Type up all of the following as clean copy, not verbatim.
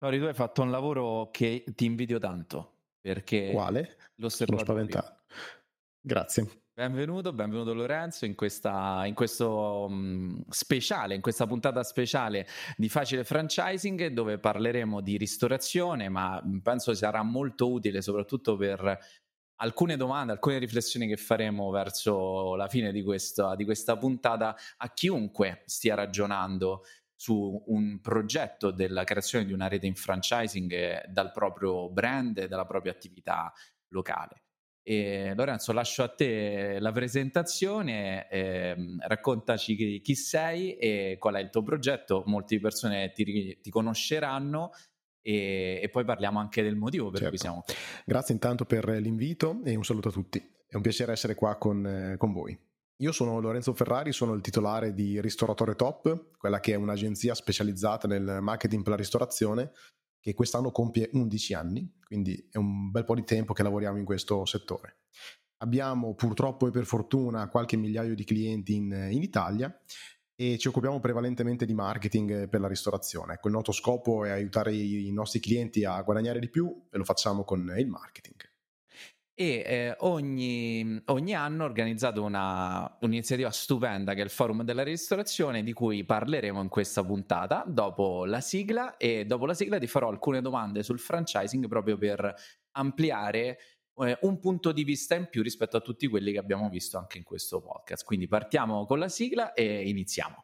Lori, tu hai fatto un lavoro che ti invidio tanto, perché Quale? Sono spaventato. Grazie. Benvenuto Lorenzo in questo speciale, in questa puntata speciale di Facile Franchising, dove parleremo di ristorazione, ma penso sarà molto utile soprattutto per alcune domande, alcune riflessioni che faremo verso la fine di questa puntata a chiunque stia ragionando su un progetto della creazione di una rete in franchising dal proprio brand e dalla propria attività locale. E Lorenzo, lascio a te la presentazione, raccontaci chi sei e qual è il tuo progetto. Molte persone ti conosceranno e poi parliamo anche del motivo per cui siamo qui. Grazie intanto per l'invito e un saluto a tutti. È un piacere essere qua con voi. Io sono Lorenzo Ferrari, sono il titolare di Ristoratore Top, quella che è un'agenzia specializzata nel marketing per la ristorazione, che quest'anno compie 11 anni, quindi è un bel po' di tempo che lavoriamo in questo settore. Abbiamo purtroppo e per fortuna qualche migliaio di clienti in Italia e ci occupiamo prevalentemente di marketing per la ristorazione. Ecco, il nostro scopo è aiutare i nostri clienti a guadagnare di più e lo facciamo con il marketing. E ogni anno ho organizzato un'iniziativa stupenda che è il Forum della Ristorazione, di cui parleremo in questa puntata dopo la sigla, e dopo la sigla ti farò alcune domande sul franchising proprio per ampliare un punto di vista in più rispetto a tutti quelli che abbiamo visto anche in questo podcast. Quindi partiamo con la sigla e iniziamo.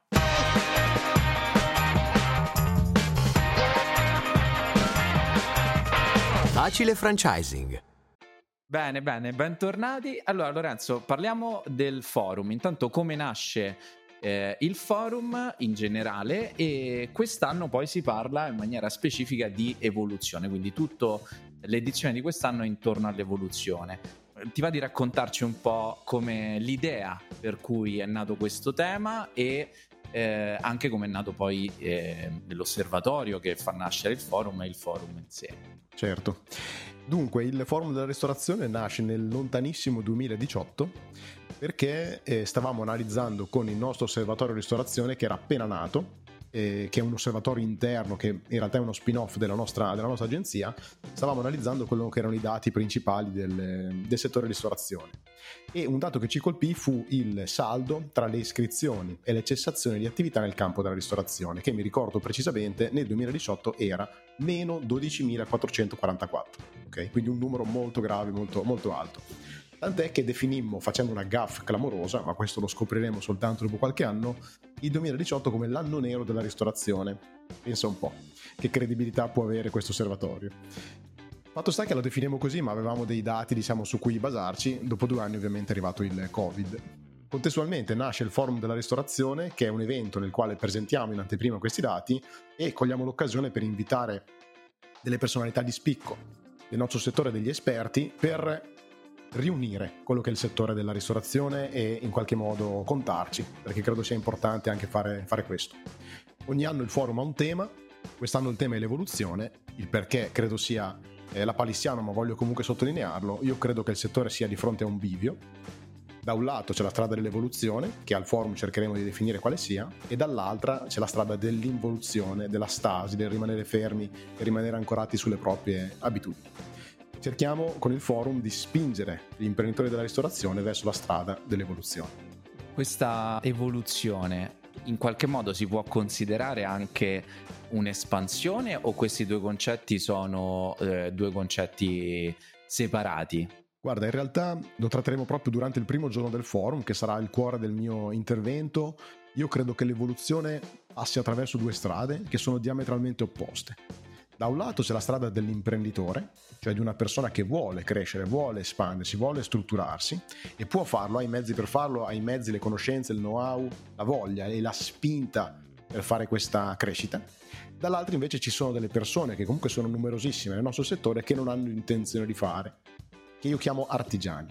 Facile Franchising. Bene, bentornati. Allora Lorenzo, parliamo del forum. Intanto come nasce il forum in generale, e quest'anno poi si parla in maniera specifica di evoluzione, quindi tutta l'edizione di quest'anno è intorno all'evoluzione. Ti va di raccontarci un po' come l'idea per cui è nato questo tema e anche come è nato poi l'osservatorio che fa nascere il forum e il forum in sé? Certo. Dunque, il Forum della Ristorazione nasce nel lontanissimo 2018 perché stavamo analizzando con il nostro osservatorio ristorazione, che era appena nato, che è un osservatorio interno che in realtà è uno spin-off della nostra agenzia. Stavamo analizzando quello che erano i dati principali del settore ristorazione, e un dato che ci colpì fu il saldo tra le iscrizioni e le cessazioni di attività nel campo della ristorazione, che mi ricordo precisamente nel 2018 era meno 12.444, ok? Quindi un numero molto grave, molto, molto alto. Tant'è che definimmo, facendo una gaffe clamorosa, ma questo lo scopriremo soltanto dopo qualche anno, il 2018 come l'anno nero della ristorazione. Pensa un po', che credibilità può avere questo osservatorio. Fatto sta che lo definimmo così, ma avevamo dei dati, diciamo, su cui basarci. Dopo 2 anni ovviamente è arrivato il Covid. Contestualmente nasce il Forum della Ristorazione, che è un evento nel quale presentiamo in anteprima questi dati e cogliamo l'occasione per invitare delle personalità di spicco del nostro settore, degli esperti, per riunire quello che è il settore della ristorazione e in qualche modo contarci, perché credo sia importante anche fare questo. Ogni anno il forum ha un tema, quest'anno il tema è l'evoluzione, il perché credo sia lapalissiano, ma voglio comunque sottolinearlo. Io credo che il settore sia di fronte a un bivio. Da un lato c'è la strada dell'evoluzione, che al forum cercheremo di definire quale sia, e dall'altra c'è la strada dell'involuzione, della stasi, del rimanere fermi e rimanere ancorati sulle proprie abitudini. Cerchiamo con il forum di spingere gli imprenditori della ristorazione verso la strada dell'evoluzione. Questa evoluzione in qualche modo si può considerare anche un'espansione, o questi due concetti sono due concetti separati? Guarda, in realtà lo tratteremo proprio durante il primo giorno del forum, che sarà il cuore del mio intervento. Io credo che l'evoluzione passi attraverso 2 strade che sono diametralmente opposte. Da un lato c'è la strada dell'imprenditore, cioè di una persona che vuole crescere, vuole espandersi, vuole strutturarsi, e può farlo, ha i mezzi per farlo, ha i mezzi, le conoscenze, il know-how, la voglia e la spinta per fare questa crescita. Dall'altro invece ci sono delle persone, che comunque sono numerosissime nel nostro settore, che non hanno intenzione di fare, che io chiamo artigiani.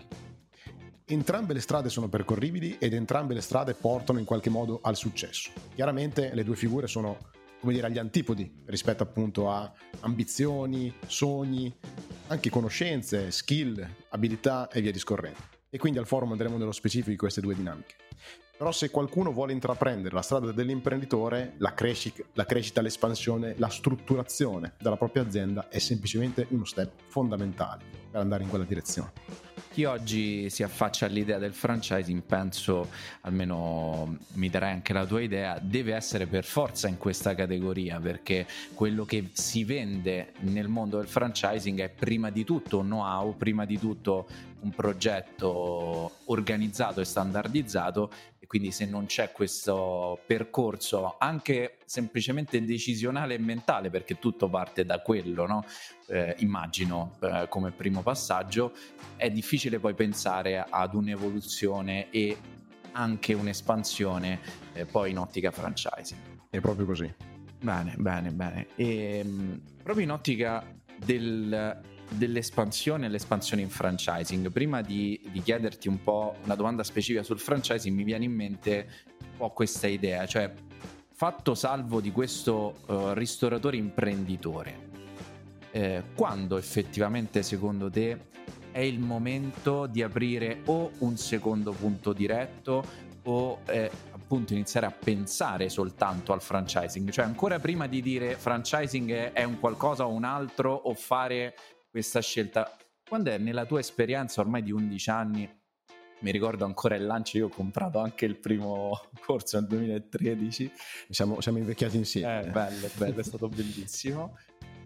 Entrambe le strade sono percorribili ed entrambe le strade portano in qualche modo al successo. Chiaramente le 2 figure sono, come dire, agli antipodi rispetto appunto a ambizioni, sogni, anche conoscenze, skill, abilità e via discorrendo. E quindi al forum andremo nello specifico di queste 2 dinamiche. Però se qualcuno vuole intraprendere la strada dell'imprenditore, la crescita, l'espansione, la strutturazione della propria azienda è semplicemente uno step fondamentale per andare in quella direzione. Chi oggi si affaccia all'idea del franchising, penso, almeno mi darai anche la tua idea, deve essere per forza in questa categoria, perché quello che si vende nel mondo del franchising è prima di tutto un know-how, prima di tutto un progetto organizzato e standardizzato, e quindi se non c'è questo percorso anche semplicemente decisionale e mentale, perché tutto parte da quello, no? Immagino come primo passaggio, è difficile poi pensare ad un'evoluzione e anche un'espansione poi in ottica franchising. È proprio così. Bene. E proprio in ottica dell'espansione e l'espansione in franchising, prima di chiederti un po' una domanda specifica sul franchising, mi viene in mente un po' questa idea, cioè fatto salvo di questo ristoratore imprenditore, quando effettivamente secondo te è il momento di aprire o un secondo punto diretto o appunto iniziare a pensare soltanto al franchising, cioè ancora prima di dire franchising è un qualcosa o un altro, o fare questa scelta? Quando è nella tua esperienza ormai di 11 anni, mi ricordo ancora il lancio, io ho comprato anche il primo corso nel 2013, siamo invecchiati insieme. Bello, è stato bellissimo.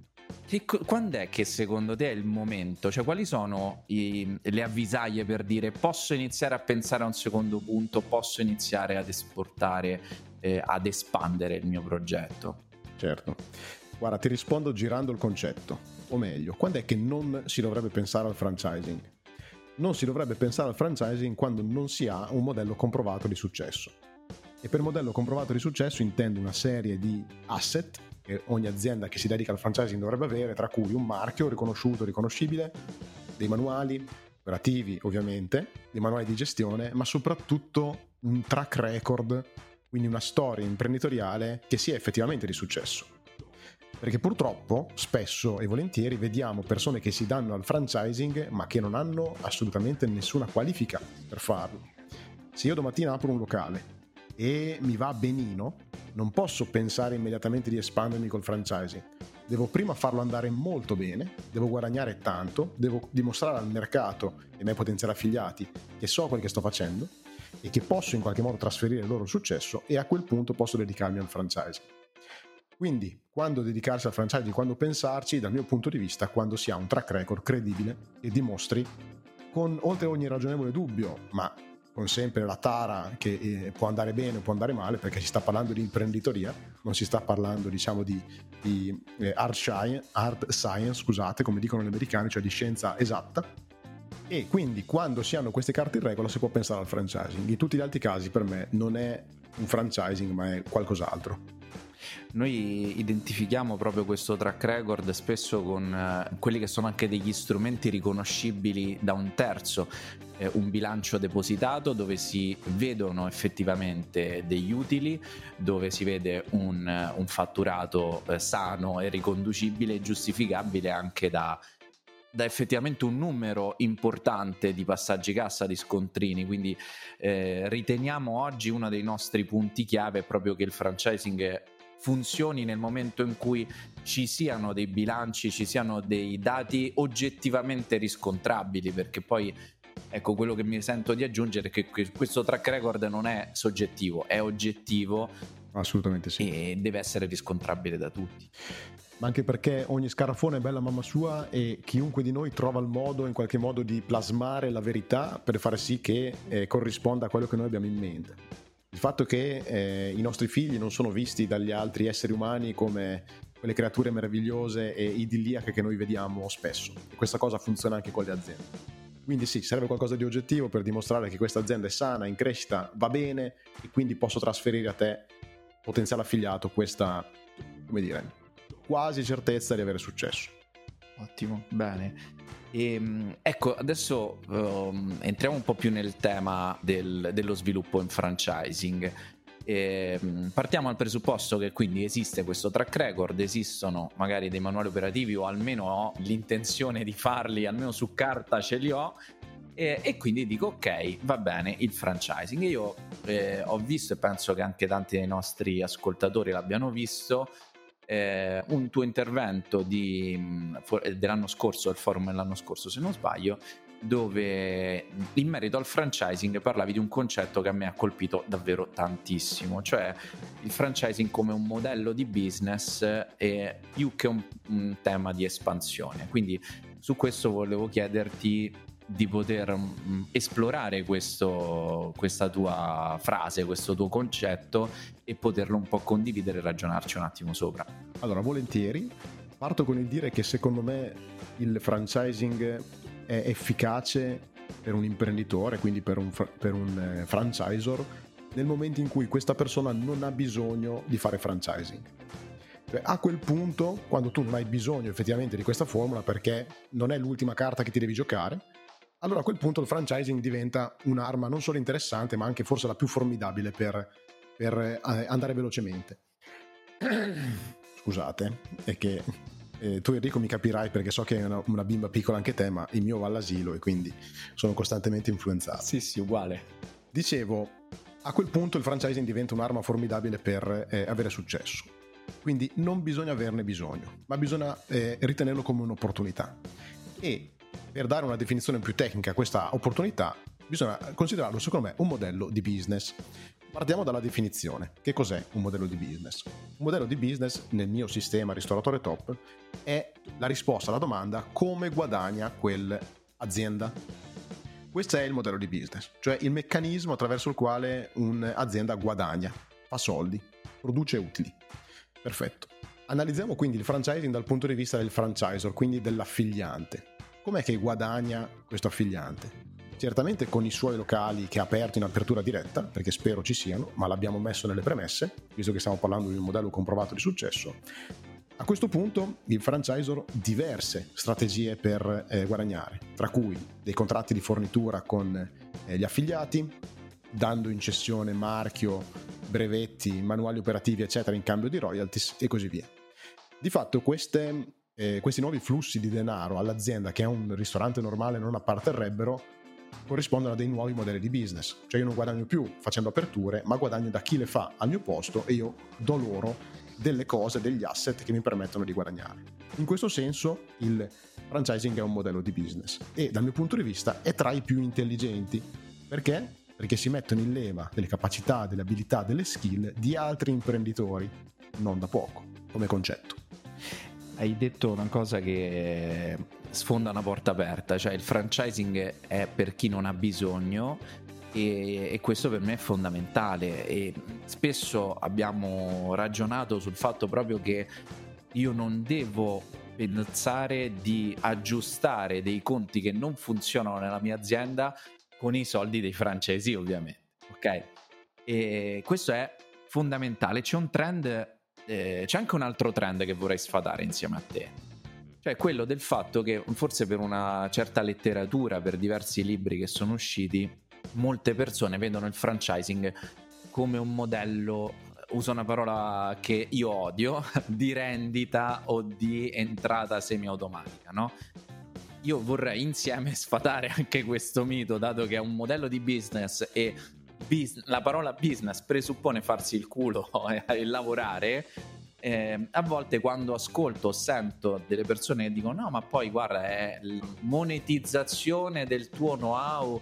Quando è che secondo te è il momento? Cioè, quali sono le avvisaglie per dire posso iniziare a pensare a un secondo punto, posso iniziare ad esportare, ad espandere il mio progetto? Certo. Guarda, ti rispondo girando il concetto, o meglio, quando è che non si dovrebbe pensare al franchising? Non si dovrebbe pensare al franchising quando non si ha un modello comprovato di successo. E per modello comprovato di successo intendo una serie di asset che ogni azienda che si dedica al franchising dovrebbe avere, tra cui un marchio riconosciuto, riconoscibile, dei manuali operativi ovviamente, dei manuali di gestione, ma soprattutto un track record, quindi una storia imprenditoriale che sia effettivamente di successo. Perché purtroppo spesso e volentieri vediamo persone che si danno al franchising ma che non hanno assolutamente nessuna qualifica per farlo. Se io domattina apro un locale e mi va benino, non posso pensare immediatamente di espandermi col franchising. Devo prima farlo andare molto bene, devo guadagnare tanto, devo dimostrare al mercato e ai miei potenziali affiliati che so quel che sto facendo e che posso in qualche modo trasferire il loro successo, e a quel punto posso dedicarmi al franchising. Quindi, quando dedicarsi al franchising, quando pensarci, dal mio punto di vista, quando si ha un track record credibile e dimostri, con oltre ogni ragionevole dubbio, ma con sempre la tara che può andare bene o può andare male, perché si sta parlando di imprenditoria, non si sta parlando, diciamo, di hard science, scusate, come dicono gli americani, cioè di scienza esatta. E quindi quando si hanno queste carte in regola si può pensare al franchising. In tutti gli altri casi per me non è un franchising ma è qualcos'altro. Noi identifichiamo proprio questo track record spesso con quelli che sono anche degli strumenti riconoscibili da un terzo, un bilancio depositato dove si vedono effettivamente degli utili, dove si vede un fatturato sano e riconducibile e giustificabile anche da effettivamente un numero importante di passaggi cassa, di scontrini. Quindi riteniamo oggi uno dei nostri punti chiave è proprio che il franchising funzioni nel momento in cui ci siano dei bilanci, ci siano dei dati oggettivamente riscontrabili, perché poi ecco, quello che mi sento di aggiungere è che questo track record non è soggettivo, è oggettivo. Assolutamente sì. E deve essere riscontrabile da tutti. Ma anche perché ogni scarafone è bella mamma sua e chiunque di noi trova il modo in qualche modo di plasmare la verità per far sì che corrisponda a quello che noi abbiamo in mente. Il fatto che i nostri figli non sono visti dagli altri esseri umani come quelle creature meravigliose e idilliache che noi vediamo spesso, e questa cosa funziona anche con le aziende. Quindi sì, serve qualcosa di oggettivo per dimostrare che questa azienda è sana, in crescita, va bene, e quindi posso trasferire a te, potenziale affiliato, questa, come dire, quasi certezza di avere successo. Ottimo, bene. Ecco, adesso entriamo un po' più nel tema dello sviluppo in franchising. Partiamo dal presupposto che quindi esiste questo track record, esistono magari dei manuali operativi, o almeno ho l'intenzione di farli, almeno su carta ce li ho, e quindi dico ok, va bene, il franchising. Io ho visto, e penso che anche tanti dei nostri ascoltatori l'abbiano visto, un tuo intervento dell'anno scorso, il forum dell'anno scorso se non sbaglio, dove in merito al franchising parlavi di un concetto che a me ha colpito davvero tantissimo, cioè il franchising come un modello di business più che un tema di espansione. Quindi su questo volevo chiederti di poter esplorare questa tua frase, questo tuo concetto, e poterlo un po' condividere e ragionarci un attimo sopra. Allora, volentieri. Parto con il dire che secondo me il franchising è efficace per un imprenditore, quindi per un franchisor, nel momento in cui questa persona non ha bisogno di fare franchising. Cioè, a quel punto, quando tu non hai bisogno effettivamente di questa formula perché non è l'ultima carta che ti devi giocare, allora a quel punto il franchising diventa un'arma non solo interessante, ma anche forse la più formidabile per andare velocemente. Scusate, è che tu Enrico mi capirai perché so che è una bimba piccola anche te, ma il mio va all'asilo e quindi sono costantemente influenzato. Sì, uguale. Dicevo, a quel punto il franchising diventa un'arma formidabile per avere successo. Quindi non bisogna averne bisogno, ma bisogna ritenerlo come un'opportunità. E per dare una definizione più tecnica a questa opportunità, bisogna considerarlo, secondo me, un modello di business. Partiamo dalla definizione. Che cos'è un modello di business? Un modello di business, nel mio sistema ristoratore top, è la risposta alla domanda: come guadagna quell'azienda? Questo è il modello di business, cioè il meccanismo attraverso il quale un'azienda guadagna, fa soldi, produce utili. Perfetto. Analizziamo quindi il franchising dal punto di vista del franchisor, quindi dell'affiliante. Com'è che guadagna questo affiliante? Certamente con i suoi locali che ha aperto in apertura diretta, perché spero ci siano, ma l'abbiamo messo nelle premesse, visto che stiamo parlando di un modello comprovato di successo. A questo punto il franchisor ha diverse strategie per guadagnare, tra cui dei contratti di fornitura con gli affiliati, dando in cessione marchio, brevetti, manuali operativi, eccetera, in cambio di royalties e così via. Di fatto questi nuovi flussi di denaro all'azienda che a un ristorante normale non apparterrebbero corrispondono a dei nuovi modelli di business. Cioè io non guadagno più facendo aperture, ma guadagno da chi le fa al mio posto e io do loro delle cose, degli asset che mi permettono di guadagnare. In questo senso il franchising è un modello di business e dal mio punto di vista è tra i più intelligenti. Perché? Perché si mettono in leva delle capacità, delle abilità, delle skill di altri imprenditori, non da poco, come concetto. Hai detto una cosa che sfonda una porta aperta, cioè il franchising è per chi non ha bisogno e questo per me è fondamentale, e spesso abbiamo ragionato sul fatto proprio che io non devo pensare di aggiustare dei conti che non funzionano nella mia azienda con i soldi dei francesi, ovviamente, ok? E questo è fondamentale. C'è un trend, c'è anche un altro trend che vorrei sfatare insieme a te, cioè quello del fatto che forse per una certa letteratura, per diversi libri che sono usciti, molte persone vedono il franchising come un modello, uso una parola che io odio, di rendita o di entrata semiautomatica, no? Io vorrei insieme sfatare anche questo mito, dato che è un modello di business e la parola business presuppone farsi il culo e lavorare. A volte quando ascolto o sento delle persone che dicono no, ma poi guarda, è monetizzazione del tuo know-how,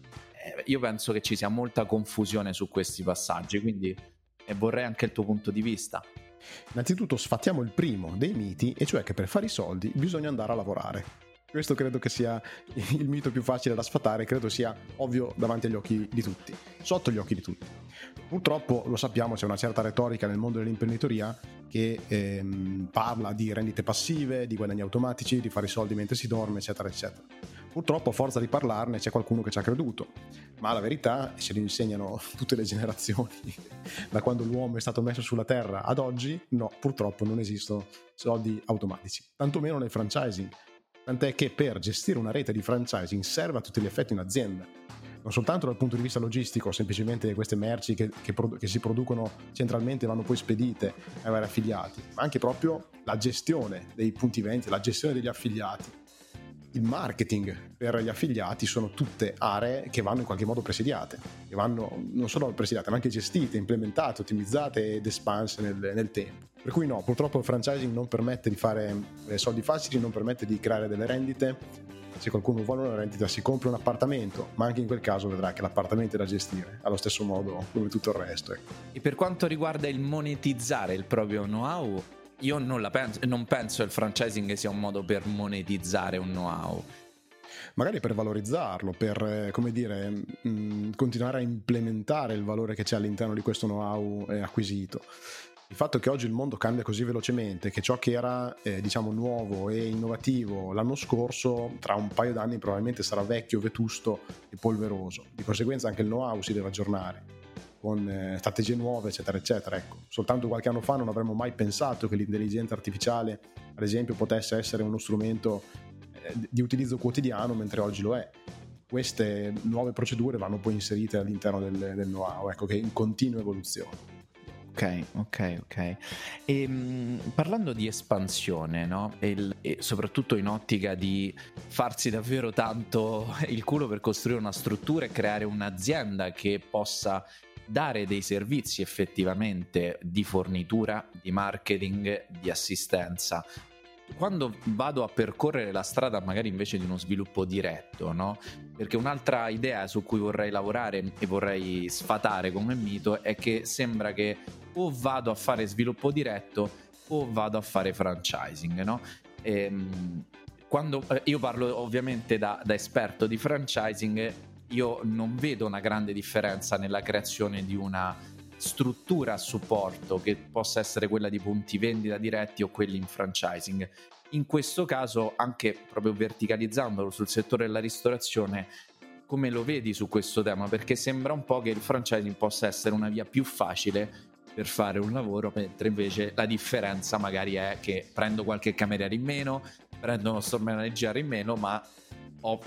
io penso che ci sia molta confusione su questi passaggi, quindi vorrei anche il tuo punto di vista. Innanzitutto sfattiamo il primo dei miti, e cioè che per fare i soldi bisogna andare a lavorare. Questo credo che sia il mito più facile da sfatare, credo sia ovvio davanti agli occhi di tutti, sotto gli occhi di tutti. Purtroppo, lo sappiamo, c'è una certa retorica nel mondo dell'imprenditoria che parla di rendite passive, di guadagni automatici, di fare i soldi mentre si dorme, eccetera, eccetera. Purtroppo a forza di parlarne c'è qualcuno che ci ha creduto, ma la verità, ce lo insegnano tutte le generazioni, da quando l'uomo è stato messo sulla terra ad oggi, no, purtroppo non esistono soldi automatici, tantomeno nel franchising. Tant'è che per gestire una rete di franchising serve a tutti gli effetti un'azienda, non soltanto dal punto di vista logistico, semplicemente queste merci che si producono centralmente vanno poi spedite ai vari affiliati, ma anche proprio la gestione dei punti vendita, la gestione degli affiliati, il marketing per gli affiliati sono tutte aree che vanno in qualche modo presidiate, che vanno non solo presidiate ma anche gestite, implementate, ottimizzate ed espanse nel tempo. Per cui no, purtroppo il franchising non permette di fare soldi facili, non permette di creare delle rendite. Se qualcuno vuole una rendita si compra un appartamento, ma anche in quel caso vedrà che l'appartamento è da gestire allo stesso modo come tutto il resto, ecco. E per quanto riguarda il monetizzare il proprio know-how, io non penso che il franchising sia un modo per monetizzare un know-how. Magari per valorizzarlo, per continuare a implementare il valore che c'è all'interno di questo know-how acquisito. Il fatto che oggi il mondo cambia così velocemente che ciò che era nuovo e innovativo l'anno scorso, tra un paio d'anni probabilmente sarà vecchio, vetusto e polveroso. Di conseguenza anche il know-how si deve aggiornare con strategie nuove, eccetera eccetera. Ecco, soltanto qualche anno fa non avremmo mai pensato che l'intelligenza artificiale, ad esempio, potesse essere uno strumento di utilizzo quotidiano, mentre oggi lo è. Queste nuove procedure vanno poi inserite all'interno del know-how, ecco, che è in continua evoluzione. Ok. E parlando di espansione, no? E soprattutto in ottica di farsi davvero tanto il culo per costruire una struttura e creare un'azienda che possa dare dei servizi effettivamente di fornitura, di marketing, di assistenza. Quando vado a percorrere la strada magari invece di uno sviluppo diretto, no? Perché un'altra idea su cui vorrei lavorare e vorrei sfatare come mito è che sembra che o vado a fare sviluppo diretto o vado a fare franchising, no? Quando io parlo ovviamente da esperto di franchising, io non vedo una grande differenza nella creazione di una struttura a supporto che possa essere quella di punti vendita diretti o quelli in franchising. In questo caso, anche proprio verticalizzandolo sul settore della ristorazione, come lo vedi su questo tema? Perché sembra un po' che il franchising possa essere una via più facile per fare un lavoro, mentre invece la differenza magari è che prendo qualche cameriere in meno, prendo uno store manager in meno, ma ho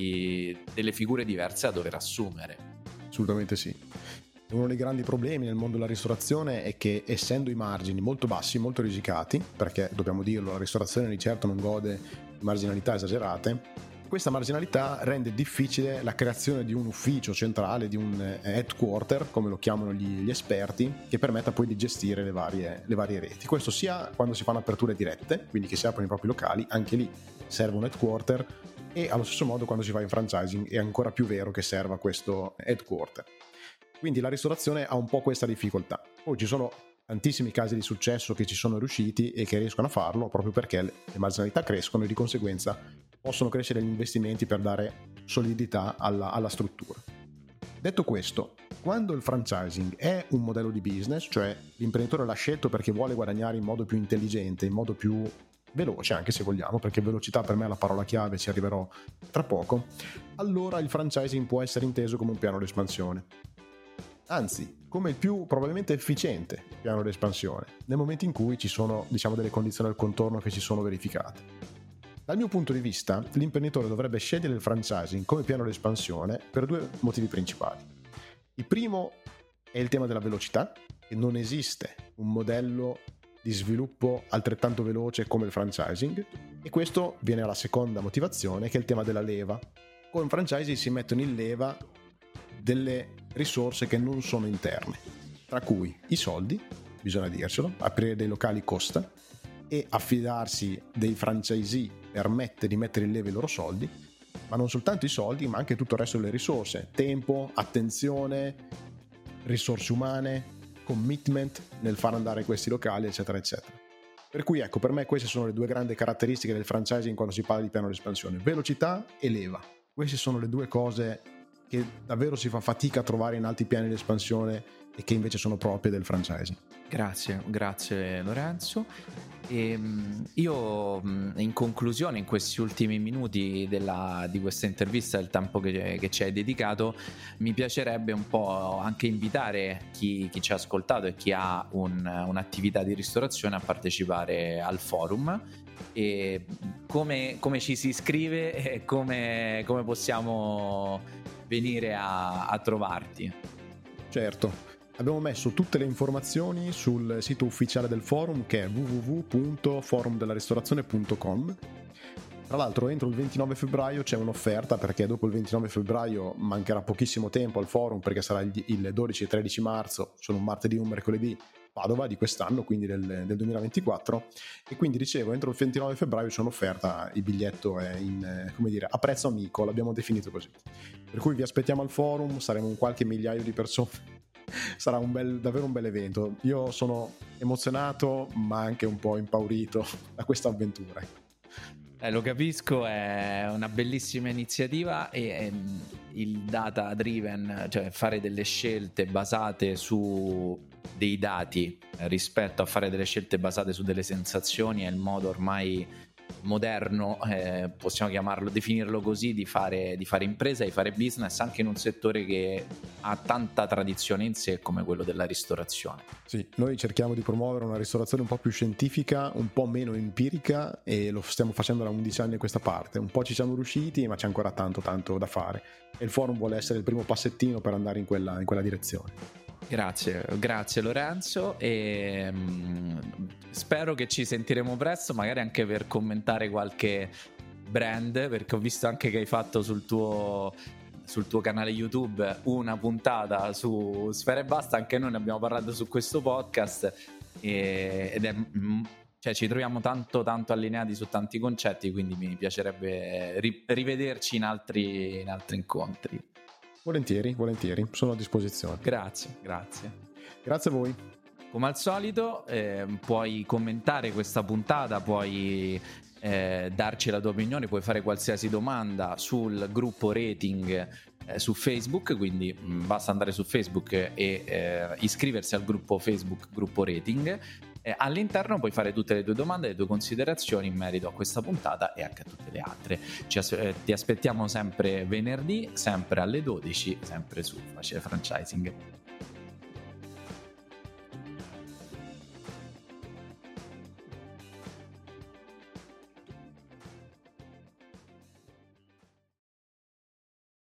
delle figure diverse da dover assumere. Assolutamente sì. Uno dei grandi problemi nel mondo della ristorazione è che, essendo i margini molto bassi, molto risicati, perché dobbiamo dirlo, la ristorazione di certo non gode di marginalità esagerate, questa marginalità rende difficile la creazione di un ufficio centrale, di un headquarter, come lo chiamano gli esperti, che permetta poi di gestire le varie reti. Questo sia quando si fanno aperture dirette, quindi che si aprono i propri locali, anche lì serve un headquarter, e allo stesso modo quando si fa in franchising è ancora più vero che serva questo headquarter. Quindi la ristorazione ha un po' questa difficoltà. Poi ci sono tantissimi casi di successo che ci sono riusciti e che riescono a farlo proprio perché le marginalità crescono e di conseguenza possono crescere gli investimenti per dare solidità alla struttura. Detto questo, quando il franchising è un modello di business, cioè l'imprenditore l'ha scelto perché vuole guadagnare in modo più intelligente, in modo più veloce anche se vogliamo, perché velocità per me è la parola chiave, ci arriverò tra poco, allora il franchising può essere inteso come un piano di espansione. Anzi, come il più probabilmente efficiente piano di espansione, nel momento in cui ci sono, delle condizioni al contorno che si sono verificate. Dal mio punto di vista, l'imprenditore dovrebbe scegliere il franchising come piano di espansione per due motivi principali. Il primo è il tema della velocità, e non esiste un modello di sviluppo altrettanto veloce come il franchising, e questo viene alla seconda motivazione, che è il tema della leva. Con il franchising si mettono in leva delle risorse che non sono interne, tra cui i soldi, bisogna dircelo, aprire dei locali costa, e affidarsi dei franchisee permette di mettere in leva i loro soldi, ma non soltanto i soldi, ma anche tutto il resto delle risorse: tempo, attenzione, risorse umane, commitment nel far andare questi locali, eccetera eccetera. Per cui ecco, per me queste sono le due grandi caratteristiche del franchising quando si parla di piano di espansione: velocità e leva. Queste sono le due cose che davvero si fa fatica a trovare in altri piani di espansione e che invece sono proprie del franchising. Grazie Lorenzo. E io in conclusione, in questi ultimi minuti di questa intervista, il tempo che ci hai dedicato, mi piacerebbe un po' anche invitare chi ci ha ascoltato e chi ha un'attività di ristorazione a partecipare al forum. E come ci si iscrive e come possiamo venire a trovarti? Certo, abbiamo messo tutte le informazioni sul sito ufficiale del forum, che è www.forumdellaristorazione.com. Tra l'altro entro il 29 febbraio c'è un'offerta, perché dopo il 29 febbraio mancherà pochissimo tempo al forum, perché sarà il 12 e 13 marzo, sono un martedì e un mercoledì, Padova di quest'anno, quindi del 2024, e quindi dicevo entro il 29 febbraio c'è un'offerta, il biglietto è a prezzo amico, l'abbiamo definito così, per cui vi aspettiamo al forum, saremo un qualche migliaio di persone. Sarà davvero un bel evento. Io sono emozionato ma anche un po' impaurito da questa avventura. Lo capisco, è una bellissima iniziativa e il data driven, cioè fare delle scelte basate su dei dati rispetto a fare delle scelte basate su delle sensazioni, è il modo ormai moderno, possiamo definirlo così, di fare impresa, di fare business anche in un settore che ha tanta tradizione in sé come quello della ristorazione. Sì, noi cerchiamo di promuovere una ristorazione un po' più scientifica, un po' meno empirica, e lo stiamo facendo da 11 anni a questa parte. Un po' ci siamo riusciti, ma c'è ancora tanto da fare, e il forum vuole essere il primo passettino per andare in quella direzione. Grazie Lorenzo, e spero che ci sentiremo presto, magari anche per commentare qualche brand, perché ho visto anche che hai fatto sul tuo canale YouTube una puntata su Sfera Ebbasta, anche noi ne abbiamo parlato su questo podcast, ed è cioè ci troviamo tanto allineati su tanti concetti, quindi mi piacerebbe rivederci in altri incontri. Volentieri, sono a disposizione. Grazie a voi. Come al solito puoi commentare questa puntata, puoi darci la tua opinione, puoi fare qualsiasi domanda sul gruppo Rating su Facebook, quindi basta andare su Facebook e iscriversi al gruppo Facebook Gruppo Rating. All'interno puoi fare tutte le tue domande e le tue considerazioni in merito a questa puntata e anche a tutte le altre. Ti aspettiamo sempre venerdì, sempre alle 12, sempre su Facile Franchising.